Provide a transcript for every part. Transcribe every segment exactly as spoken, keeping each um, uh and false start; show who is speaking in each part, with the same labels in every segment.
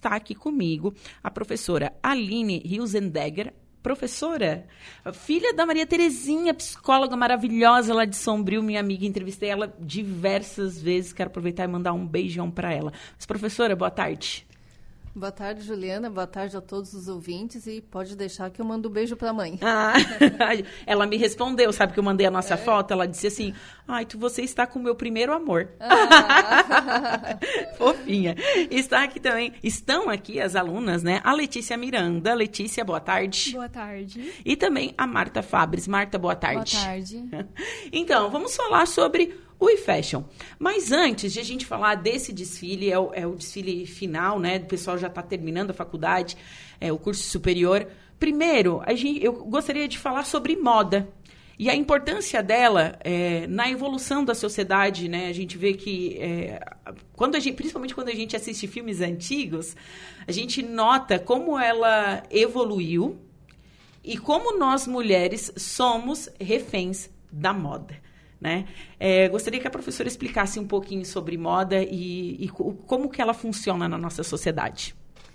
Speaker 1: está aqui comigo a professora Aline Hilzendegger, professora, filha da Maria Terezinha, psicóloga maravilhosa lá de Sombrio, minha amiga, entrevistei ela diversas vezes, quero aproveitar e mandar um beijão para ela. Mas, professora, boa tarde.
Speaker 2: Boa tarde, Juliana. Boa tarde a todos os ouvintes e pode deixar que eu mando um beijo para a mãe.
Speaker 1: Ah, ela me respondeu, sabe que eu mandei a nossa é. foto? Ela disse assim, ai, tu, você está com o meu primeiro amor. Ah. Fofinha. Está aqui também, estão aqui as alunas, né? A Letícia Miranda. Letícia, boa tarde.
Speaker 3: Boa tarde.
Speaker 1: E também a Marta Fabres. Marta, boa tarde.
Speaker 3: Boa tarde.
Speaker 1: Então, vamos falar sobre o iFashion. Mas antes de a gente falar desse desfile, é o, é o desfile final, né? O pessoal já está terminando a faculdade, é o curso superior. Primeiro, a gente, eu gostaria de falar sobre moda. E a importância dela é, na evolução da sociedade, né? A gente vê que, é, quando a gente, principalmente quando a gente assiste filmes antigos, a gente nota como ela evoluiu e como nós, mulheres, somos reféns da moda. Né? É, gostaria que a professora explicasse um pouquinho sobre moda e, e como que ela funciona na nossa sociedade.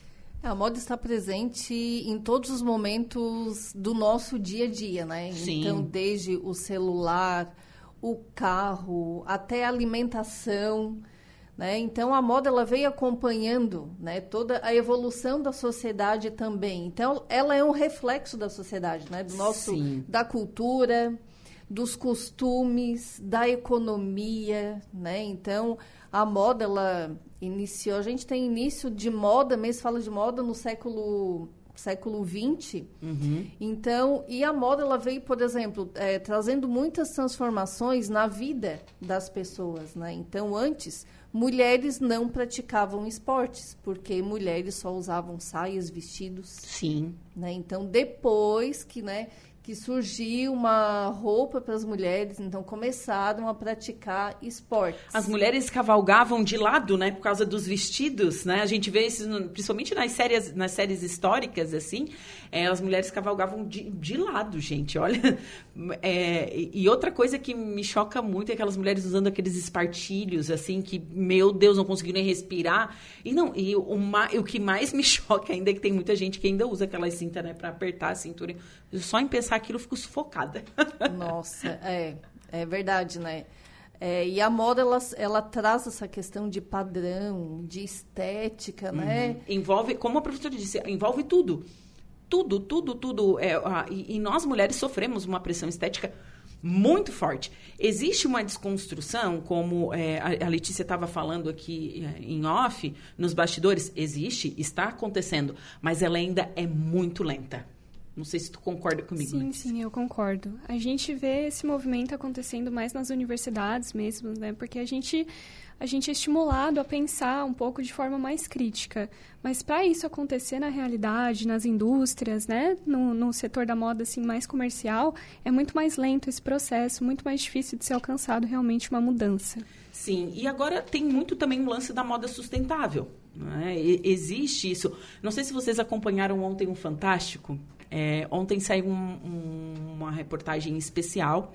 Speaker 2: A moda está presente em todos os momentos do nosso dia a dia, né?
Speaker 1: Sim.
Speaker 2: Então, desde o celular, o carro, até a alimentação, né? Então, a moda ela veio acompanhando, né, toda a evolução da sociedade também. Então, ela é um reflexo da sociedade, né? Do nosso,
Speaker 1: Sim.
Speaker 2: da cultura, dos costumes, da economia, né? Então, a moda, ela iniciou... A gente tem início de moda, mesmo fala de moda no século, século vinte.
Speaker 1: Uhum.
Speaker 2: Então, e a moda, ela veio, por exemplo, é, trazendo muitas transformações na vida das pessoas, né? Então, antes, mulheres não praticavam esportes, porque mulheres só usavam saias, vestidos.
Speaker 1: Sim.
Speaker 2: Né? Então, depois que, né... que surgiu uma roupa para as mulheres, então começaram a praticar esportes.
Speaker 1: As mulheres cavalgavam de lado, né, por causa dos vestidos, né? A gente vê isso, no, principalmente nas séries, nas séries históricas, assim, é, as mulheres cavalgavam de, de lado, gente, olha. É, e outra coisa que me choca muito é aquelas mulheres usando aqueles espartilhos, assim, que, meu Deus, não conseguiam nem respirar. E não, e o, uma, o que mais me choca ainda é que tem muita gente que ainda usa aquela cinta, né, para apertar a cintura. Só em pensar aquilo, eu fico sufocada.
Speaker 2: Nossa, é, é verdade, né? É, e a moda, ela, ela traz essa questão de padrão, de estética, uhum. né?
Speaker 1: Envolve, como a professora disse, envolve tudo. Tudo, tudo, tudo. É, ah, e, e nós, mulheres, sofremos uma pressão estética muito forte. Existe uma desconstrução, como é, a, a Letícia estava falando aqui é, em off, nos bastidores. Existe, está acontecendo, mas ela ainda é muito lenta. Não sei se tu concorda comigo.
Speaker 3: Sim,
Speaker 1: Letícia.
Speaker 3: sim, eu concordo. A gente vê esse movimento acontecendo mais nas universidades mesmo, né? Porque a gente, a gente é estimulado a pensar um pouco de forma mais crítica. Mas para isso acontecer na realidade, nas indústrias, né? No, no setor da moda assim, mais comercial, é muito mais lento esse processo, muito mais difícil de ser alcançado realmente uma mudança.
Speaker 1: Sim, e agora tem muito também o lance da moda sustentável. Né? Existe isso. Não sei se vocês acompanharam ontem um Fantástico. É, ontem saiu um, um, uma reportagem especial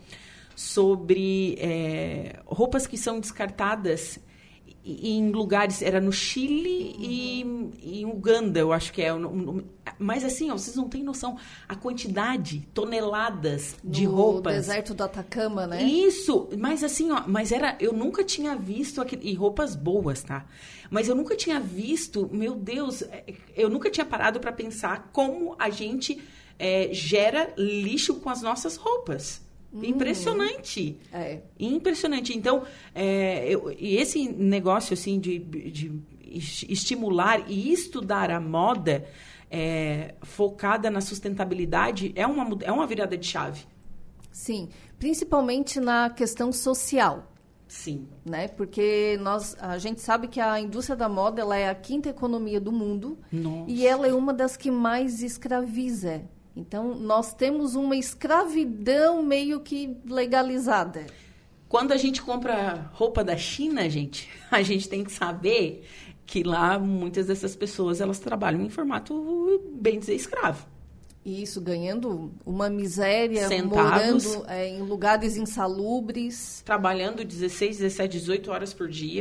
Speaker 1: sobre é, roupas que são descartadas em lugares, era no Chile uhum. e em Uganda, eu acho que é. Mas assim, ó, vocês não têm noção, a quantidade, toneladas no de roupas.
Speaker 2: No deserto do Atacama, né?
Speaker 1: Isso, mas assim, ó, mas era, eu nunca tinha visto, aquele, e roupas boas, tá? Mas eu nunca tinha visto, meu Deus, eu nunca tinha parado para pensar como a gente é, gera lixo com as nossas roupas. Impressionante.
Speaker 2: Uhum. É.
Speaker 1: Impressionante. Então, é, eu, e esse negócio assim de, de estimular e estudar a moda é, focada na sustentabilidade é uma, é uma virada de chave.
Speaker 2: Sim, principalmente na questão social.
Speaker 1: Sim.
Speaker 2: Né? Porque nós, a gente sabe que a indústria da moda ela é a quinta economia do mundo.
Speaker 1: Nossa.
Speaker 2: E ela é uma das que mais escraviza. Então, nós temos uma escravidão meio que legalizada.
Speaker 1: Quando a gente compra roupa da China, gente, a gente tem que saber que lá muitas dessas pessoas elas trabalham em formato, bem dizer, escravo.
Speaker 2: Isso, ganhando uma miséria,
Speaker 1: Centavos,
Speaker 2: morando é, em lugares insalubres.
Speaker 1: Trabalhando dezesseis, dezessete, dezoito horas por dia,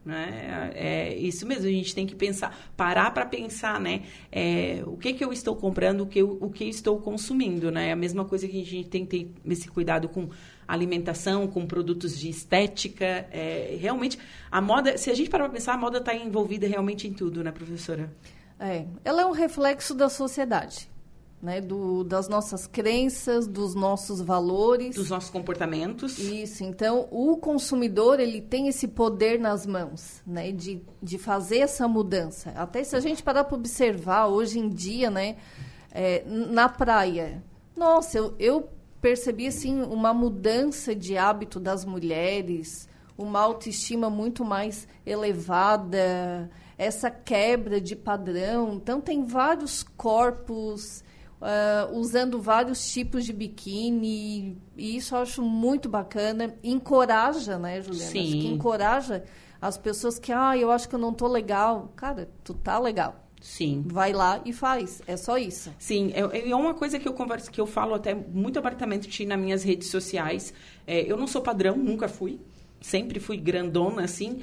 Speaker 1: Né? É isso mesmo, a gente tem que pensar, parar para pensar, né? É, o que que eu estou comprando, o que eu, o que eu estou consumindo, né? É a mesma coisa que a gente tem que ter esse cuidado com alimentação, com produtos de estética. É, realmente, a moda, se a gente parar para pensar, a moda está envolvida realmente em tudo, né, professora?
Speaker 2: É, ela é um reflexo da sociedade. Né, do, das nossas crenças, dos nossos valores.
Speaker 1: Dos nossos comportamentos.
Speaker 2: Isso, então o consumidor ele tem esse poder nas mãos, né, de, de fazer essa mudança. Até se a gente parar para observar hoje em dia, né, é, na praia, nossa, eu, eu percebi assim, uma mudança de hábito das mulheres, uma autoestima muito mais elevada, essa quebra de padrão. Então tem vários corpos... Uh, usando vários tipos de biquíni, e isso eu acho muito bacana. Encoraja, né, Juliana?
Speaker 1: Sim.
Speaker 2: Acho que encoraja as pessoas que, ah, eu acho que eu não tô legal. Cara, tu tá legal.
Speaker 1: Sim.
Speaker 2: Vai lá e faz. É só isso.
Speaker 1: Sim, é, é uma coisa que eu converso, que eu falo até muito abertamente nas minhas redes sociais. É, eu não sou padrão, nunca fui. Sempre fui grandona, assim.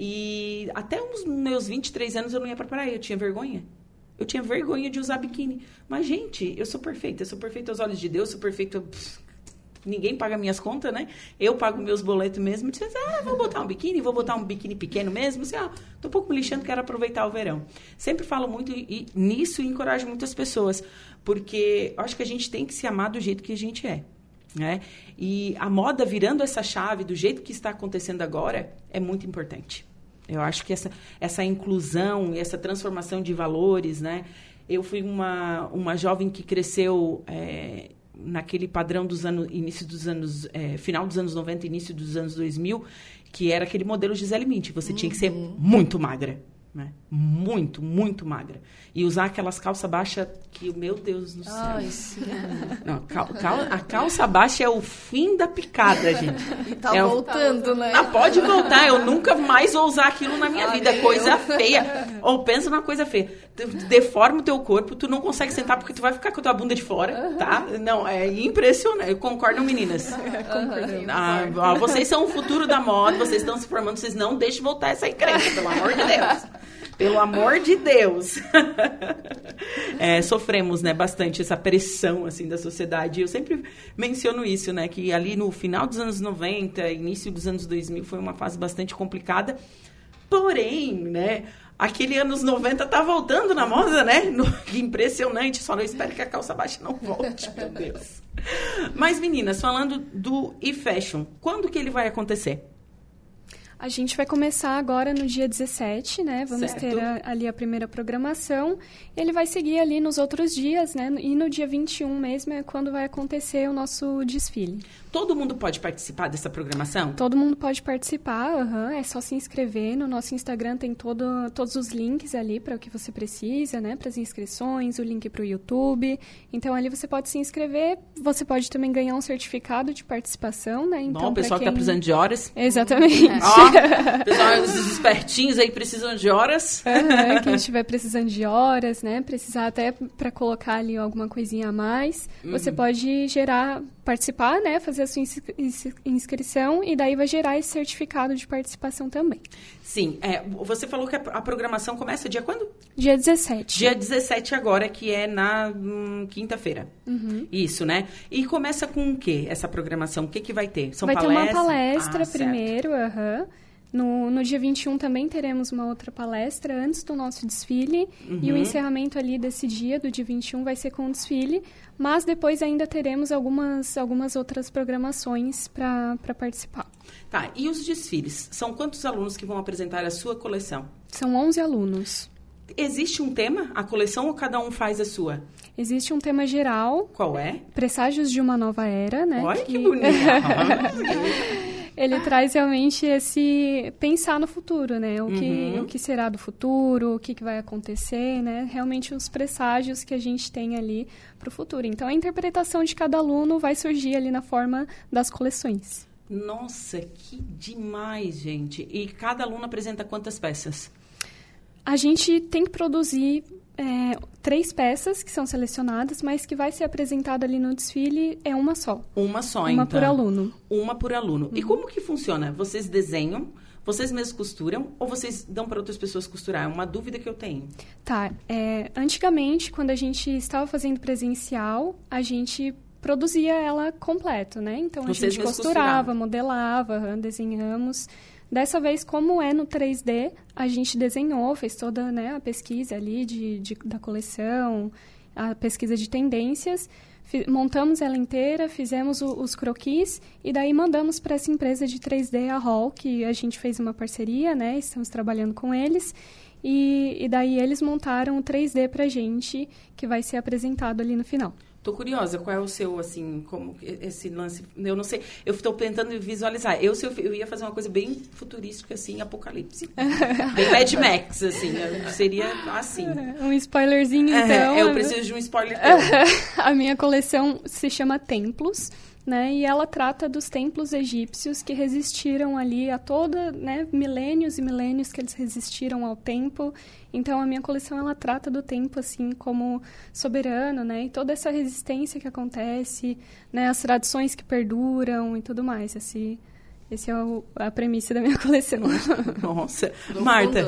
Speaker 1: E até os meus vinte e três anos eu não ia pra praia, eu tinha vergonha. Eu tinha vergonha de usar biquíni. Mas, gente, eu sou perfeita. Eu sou perfeita aos olhos de Deus. Sou perfeita... Pff, ninguém paga minhas contas, né? Eu pago meus boletos mesmo. Eu disse, ah, vou botar um biquíni. Vou botar um biquíni pequeno mesmo. Assim, ah, tô um pouco me lixando, quero aproveitar o verão. Sempre falo muito e, e, nisso e encorajo muitas pessoas. Porque eu acho que a gente tem que se amar do jeito que a gente é. Né? E a moda virando essa chave do jeito que está acontecendo agora é muito importante. Eu acho que essa, essa inclusão e essa transformação de valores, né? Eu fui uma, uma jovem que cresceu é, naquele padrão dos anos, início dos anos, é, final dos anos noventa, início dos anos dois mil, que era aquele modelo Gisele Bündchen. Você uhum. tinha que ser muito magra, né? Muito, muito magra. E usar aquelas calças baixas que, meu Deus do céu.
Speaker 2: Ai, sim.
Speaker 1: Não, cal, cal, a calça baixa é o fim da picada, gente.
Speaker 2: E tá
Speaker 1: é
Speaker 2: voltando,
Speaker 1: o...
Speaker 2: né?
Speaker 1: Ah, pode voltar. Eu nunca mais vou usar aquilo na minha
Speaker 2: Ai,
Speaker 1: vida.
Speaker 2: meu.
Speaker 1: Coisa feia. Ou pensa numa coisa feia. Deforma o teu corpo, tu não consegue sentar porque tu vai ficar com a tua bunda de fora, uhum. tá? Não, é impressionante. Concordam, meninas?
Speaker 2: Uhum.
Speaker 1: Ah, ó, vocês são o futuro da moda, vocês estão se formando, vocês não deixem voltar essa encrenca, pelo amor de Deus. Pelo amor de Deus. É, sofremos, né, bastante essa pressão, assim, da sociedade. Eu sempre menciono isso, né, que ali no final dos anos noventa, início dos anos dois mil, foi uma fase bastante complicada. Porém, né, aquele anos noventa tá voltando na moda, né? No, impressionante. Só não espero que a calça baixa não volte, meu Deus. Mas, meninas, falando do e-fashion, quando que ele vai acontecer?
Speaker 3: A gente vai começar agora no dia dezessete, né? Vamos
Speaker 1: certo.
Speaker 3: ter a, ali a primeira programação. E ele vai seguir ali nos outros dias, né? E no dia vinte e um mesmo é quando vai acontecer o nosso desfile.
Speaker 1: Todo mundo pode participar dessa programação?
Speaker 3: Todo mundo pode participar, uhum, é só se inscrever. No nosso Instagram tem todo, todos os links ali para o que você precisa, né? Para as inscrições, o link para o YouTube. Então, ali você pode se inscrever. Você pode também ganhar um certificado de participação, né? Então,
Speaker 1: bom, o pessoal
Speaker 3: quem...
Speaker 1: que está precisando de horas.
Speaker 3: Exatamente.
Speaker 1: Ó, pessoal, os espertinhos aí precisam de horas.
Speaker 3: Uhum, quem estiver precisando de horas, né? Precisar até para colocar ali alguma coisinha a mais. Uhum. Você pode gerar, participar, né? Fazer a sua inscrição e daí vai gerar esse certificado de participação também.
Speaker 1: Sim. É, você falou que a, a programação começa dia quando?
Speaker 3: Dia dezessete.
Speaker 1: Dia dezessete agora, que é na hum, quinta-feira.
Speaker 3: Uhum.
Speaker 1: Isso, né? E começa com o quê, essa programação? O que, que vai ter? São
Speaker 3: vai
Speaker 1: palestras?
Speaker 3: ter uma palestra
Speaker 1: ah,
Speaker 3: primeiro, aham. Uhum. No, no dia vinte e um também teremos uma outra palestra antes do nosso desfile. Uhum. E o encerramento ali desse dia, do dia vinte e um, vai ser com o desfile. Mas depois ainda teremos algumas, algumas outras programações para participar.
Speaker 1: Tá, e os desfiles? São quantos alunos que vão apresentar a sua coleção?
Speaker 3: São onze alunos.
Speaker 1: Existe um tema, a coleção, ou cada um faz a sua?
Speaker 3: Existe um tema geral.
Speaker 1: Qual é?
Speaker 3: Presságios de uma nova era, né?
Speaker 1: Olha que, que bonito!
Speaker 3: Ele traz realmente esse pensar no futuro, né? O que, uhum. o que será do futuro, o que, que vai acontecer, né? Realmente os presságios que a gente tem ali para o futuro. Então, a interpretação de cada aluno vai surgir ali na forma das coleções.
Speaker 1: Nossa, que demais, gente! E cada aluno apresenta quantas peças?
Speaker 3: A gente tem que produzir é, três peças que são selecionadas, mas que vai ser apresentada ali no desfile é uma só.
Speaker 1: Uma só,
Speaker 3: uma
Speaker 1: então.
Speaker 3: Uma por aluno.
Speaker 1: Uma por aluno. Uhum. E como que funciona? Vocês desenham, Vocês mesmos costuram ou vocês dão para outras pessoas costurar? É uma dúvida que eu tenho.
Speaker 3: Tá. É, antigamente, quando a gente estava fazendo presencial, a gente produzia ela completo, né? Então, a
Speaker 1: Vocês
Speaker 3: gente
Speaker 1: mesmos
Speaker 3: costurava,
Speaker 1: costuravam.
Speaker 3: modelava, desenhamos. Dessa vez, como é no três D, a gente desenhou, fez toda, né, a pesquisa ali de, de, da coleção, a pesquisa de tendências, fi, montamos ela inteira, fizemos o, os croquis e daí mandamos para essa empresa de três D, a Hall, que a gente fez uma parceria, né, estamos trabalhando com eles, e, e daí eles montaram o três D pra gente, que vai ser apresentado ali no final.
Speaker 1: Tô curiosa, qual é o seu, assim, como esse lance... Eu não sei, eu estou tentando visualizar. Eu, se eu, eu ia fazer uma coisa bem futurística, assim, apocalipse. Bem Mad Max, assim, seria assim.
Speaker 3: Um spoilerzinho, então.
Speaker 1: É, eu preciso de um spoiler.
Speaker 3: A minha coleção se chama Templos, né? E ela trata dos templos egípcios que resistiram ali a toda, né, milênios e milênios que eles resistiram ao tempo. Então, a minha coleção, ela trata do tempo, assim, como soberano, né? E toda essa resistência que acontece, né? As tradições que perduram e tudo mais. Esse, esse é o, a premissa da minha coleção.
Speaker 1: Nossa. Marta,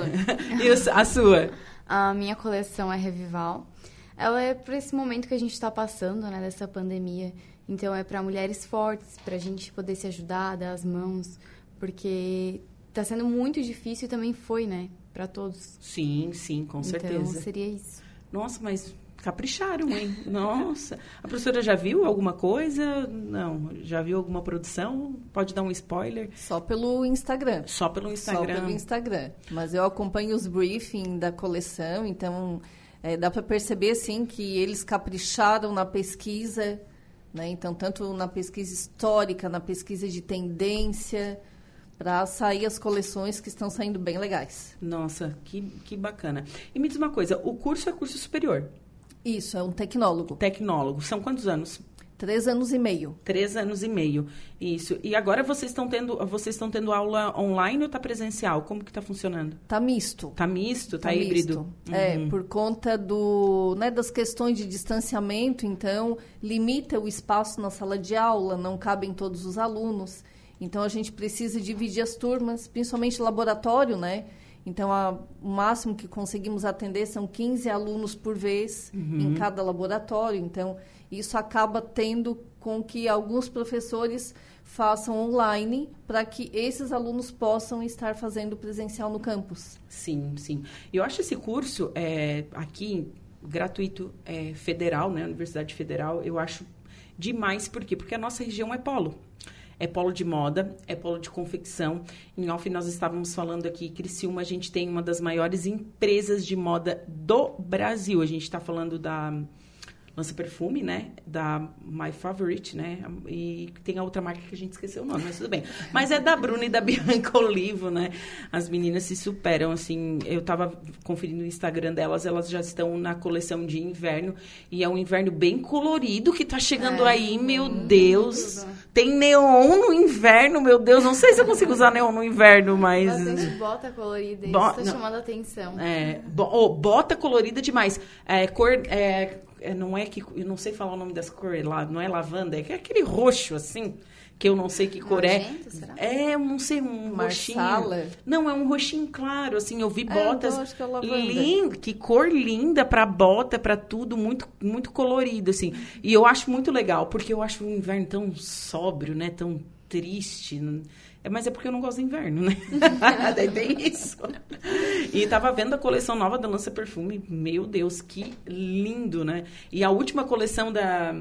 Speaker 1: e a sua?
Speaker 4: A minha coleção é Revival. Ela é por esse momento que a gente está passando, né? Dessa pandemia. Então, é para mulheres fortes, para a gente poder se ajudar, dar as mãos. Porque está sendo muito difícil e também foi, né? Para todos.
Speaker 1: Sim, sim, com certeza.
Speaker 4: Então, seria isso.
Speaker 1: Nossa, mas capricharam, hein? Nossa. A professora já viu alguma coisa? Não. Já viu alguma produção? Pode dar um spoiler?
Speaker 2: Só pelo Instagram.
Speaker 1: Só pelo Instagram.
Speaker 2: Só pelo Instagram. Mas eu acompanho os briefings da coleção, então é, dá para perceber, sim, que eles capricharam na pesquisa, né? Então, tanto na pesquisa histórica, na pesquisa de tendência, para sair as coleções que estão saindo bem legais.
Speaker 1: Nossa, que, que bacana. E me diz uma coisa, o curso é curso superior?
Speaker 2: Isso, é um tecnólogo.
Speaker 1: Tecnólogo. São quantos anos?
Speaker 2: Três anos e meio.
Speaker 1: Três anos e meio. Isso. E agora vocês estão tendo, vocês estão tendo aula online ou está presencial? Como que está funcionando?
Speaker 2: Tá misto.
Speaker 1: Tá misto? Tá,
Speaker 2: Tá
Speaker 1: híbrido?
Speaker 2: misto. É, por conta do, né, das questões de distanciamento, então, limita o espaço na sala de aula, não cabem todos os alunos. Então, a gente precisa dividir as turmas, principalmente laboratório, né? Então, a, o máximo que conseguimos atender são quinze alunos por vez
Speaker 1: Uhum.
Speaker 2: em cada laboratório. Então, isso acaba tendo com que alguns professores façam online para que esses alunos possam estar fazendo presencial no campus.
Speaker 1: Sim, sim. Eu acho esse curso é, aqui, gratuito, é, federal, né? Universidade Federal, eu acho demais. Por quê? Porque a nossa região é polo. É polo de moda, é polo de confecção. Em off, nós estávamos falando aqui, Criciúma, a gente tem uma das maiores empresas de moda do Brasil. A gente está falando da Lança Perfume, né? Da My Favorite, né? E tem a outra marca que a gente esqueceu o nome, mas tudo bem. Mas é da Bruna e da Bianca Olivo, né? As meninas se superam, assim. Eu estava conferindo o Instagram delas, elas já estão na coleção de inverno. E é um inverno bem colorido que tá chegando
Speaker 4: É,
Speaker 1: aí, meu
Speaker 4: hum,
Speaker 1: Deus.
Speaker 4: tudo.
Speaker 1: Tem neon no inverno, meu Deus. Não sei se eu consigo usar neon no inverno, mas...
Speaker 4: Bastante bota colorida,
Speaker 1: Bo-
Speaker 4: isso tá
Speaker 1: não.
Speaker 4: chamando a atenção.
Speaker 1: É, bo- oh, bota colorida demais. É, cor, é, é, não é que... Eu não sei falar o nome das cores lá. Não é lavanda. É que é aquele roxo, assim, que eu não sei que cor
Speaker 4: Magenta,
Speaker 1: é.
Speaker 4: será?
Speaker 1: É, eu não sei, um
Speaker 2: Marsala?
Speaker 1: roxinho. Não, é um roxinho claro, assim. Eu vi
Speaker 2: É,
Speaker 1: botas...
Speaker 2: então acho que é lavanda.
Speaker 1: Lindo, que cor linda pra bota, pra tudo. Muito, muito colorido, assim. E eu acho muito legal, porque eu acho o inverno tão sóbrio, né? Tão triste. É, mas é porque eu não gosto do inverno, né? Daí tem isso. E tava vendo a coleção nova da Lança Perfume. Meu Deus, que lindo, né? E a última coleção da...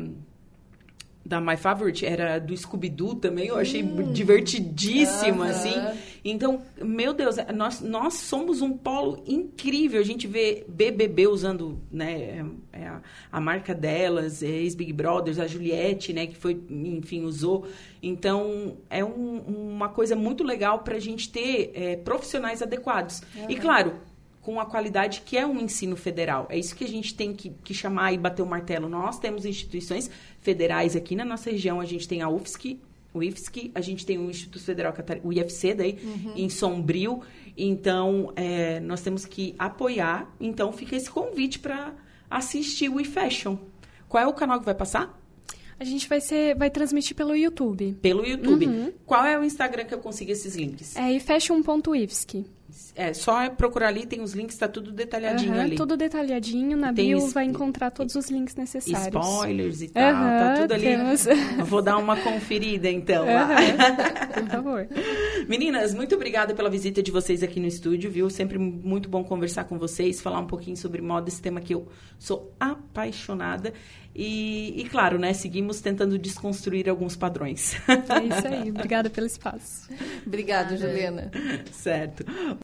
Speaker 1: da My Favorite era do Scooby-Doo também, eu achei
Speaker 2: Hum.
Speaker 1: divertidíssima,
Speaker 2: Aham.
Speaker 1: assim. Então, meu Deus, nós, nós somos um polo incrível. A gente vê B B B usando, né, é a, a marca delas, é ex-Big Brothers, a Juliette, né, que foi, enfim, usou. Então, é um, uma coisa muito legal para a gente ter é, profissionais adequados.
Speaker 2: Uhum.
Speaker 1: E, claro, com a qualidade que é um ensino federal. É isso que a gente tem que, que chamar e bater o martelo. Nós temos instituições federais aqui na nossa região. A gente tem a U F S C, o I F S C, a gente tem o Instituto Federal Catarinense, o I F C daí,
Speaker 2: Uhum.
Speaker 1: em Sombrio. Então, é, nós temos que apoiar. Então, fica esse convite para assistir o eFashion. Qual é o canal que vai passar?
Speaker 3: A A gente vai, ser, vai transmitir pelo YouTube.
Speaker 1: Pelo YouTube.
Speaker 3: Uhum.
Speaker 1: Qual é o Instagram que eu consigo esses links?
Speaker 3: É ifashion ponto ifsc.
Speaker 1: É só procurar ali, tem os links, tá tudo detalhadinho
Speaker 3: uhum,
Speaker 1: ali.
Speaker 3: Tudo detalhadinho, na
Speaker 1: tem
Speaker 3: bio
Speaker 1: es...
Speaker 3: vai encontrar todos os links necessários.
Speaker 1: Spoilers e tal,
Speaker 3: uhum,
Speaker 1: tá tudo ali.
Speaker 3: Temos...
Speaker 1: Vou dar uma conferida, então.
Speaker 3: Uhum, por favor.
Speaker 1: Meninas, muito obrigada pela visita de vocês aqui no estúdio, viu? Sempre muito bom conversar com vocês, falar um pouquinho sobre moda, esse tema que eu sou apaixonada. E, e claro, né, seguimos tentando desconstruir alguns padrões.
Speaker 3: É isso aí. Obrigada pelo espaço.
Speaker 2: Obrigada, Juliana.
Speaker 1: Certo.